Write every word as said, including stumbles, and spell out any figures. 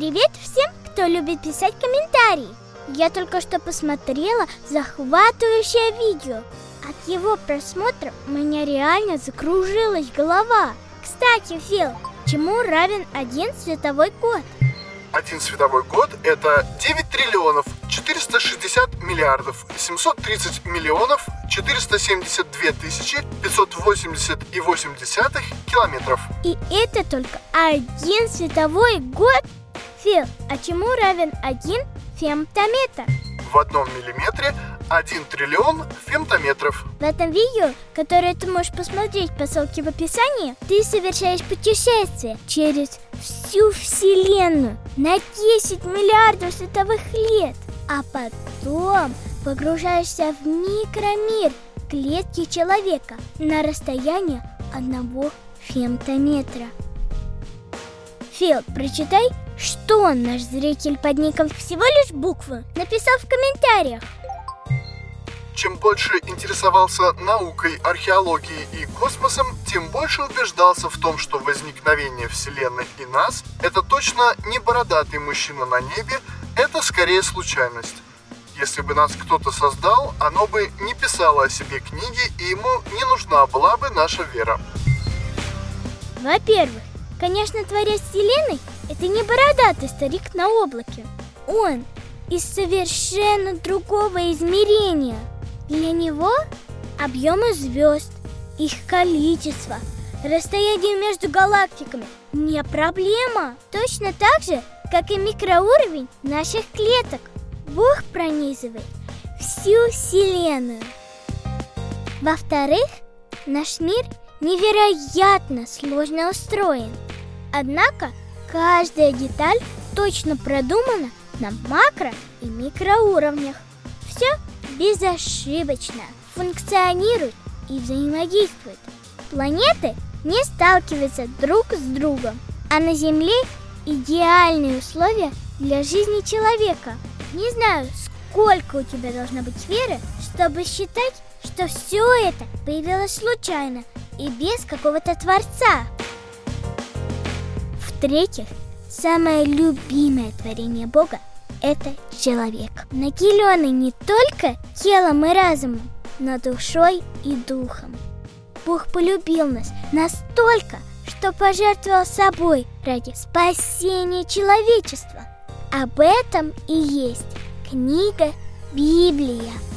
Привет всем, кто любит писать комментарии. Я только что посмотрела захватывающее видео. От его просмотра у меня реально закружилась голова. Кстати, Фил, чему равен один световой год? Один световой год – это девять триллионов четыреста шестьдесят миллиардов семьсот тридцать миллионов четыреста семьдесят две тысячи пятьсот восемьдесят и восемь десятых километров. И это только один световой год? Фил, а чему равен один фемтометр? В одном миллиметре один триллион фемтометров. В этом видео, которое ты можешь посмотреть по ссылке в описании, ты совершаешь путешествие через всю Вселенную на десять миллиардов световых лет, а потом погружаешься в микромир клетки человека на расстояние одного фемтометра. Фил, прочитай, что наш зритель под ником всего лишь буквы написал в комментариях. Чем больше интересовался наукой, археологией и космосом, тем больше убеждался в том, что возникновение Вселенной и нас – это точно не бородатый мужчина на небе, это скорее случайность. Если бы нас кто-то создал, оно бы не писало о себе книги, и ему не нужна была бы наша вера. Во-первых, конечно, творец Вселенной – это не бородатый старик на облаке. Он из совершенно другого измерения. Для него объемы звезд, их количество, расстояние между галактиками не проблема. Точно так же, как и микроуровень наших клеток. Бог пронизывает всю Вселенную. Во-вторых, наш мир невероятно сложно устроен. Однако каждая деталь точно продумана на макро- и микроуровнях. Все безошибочно функционирует и взаимодействует. Планеты не сталкиваются друг с другом, а на Земле идеальные условия для жизни человека. Не знаю, сколько у тебя должно быть веры, чтобы считать, что все это появилось случайно и без какого-то творца. В-третьих, самое любимое творение Бога – это человек, наделенный не только телом и разумом, но душой и духом. Бог полюбил нас настолько, что пожертвовал собой ради спасения человечества. Об этом и есть книга Библия.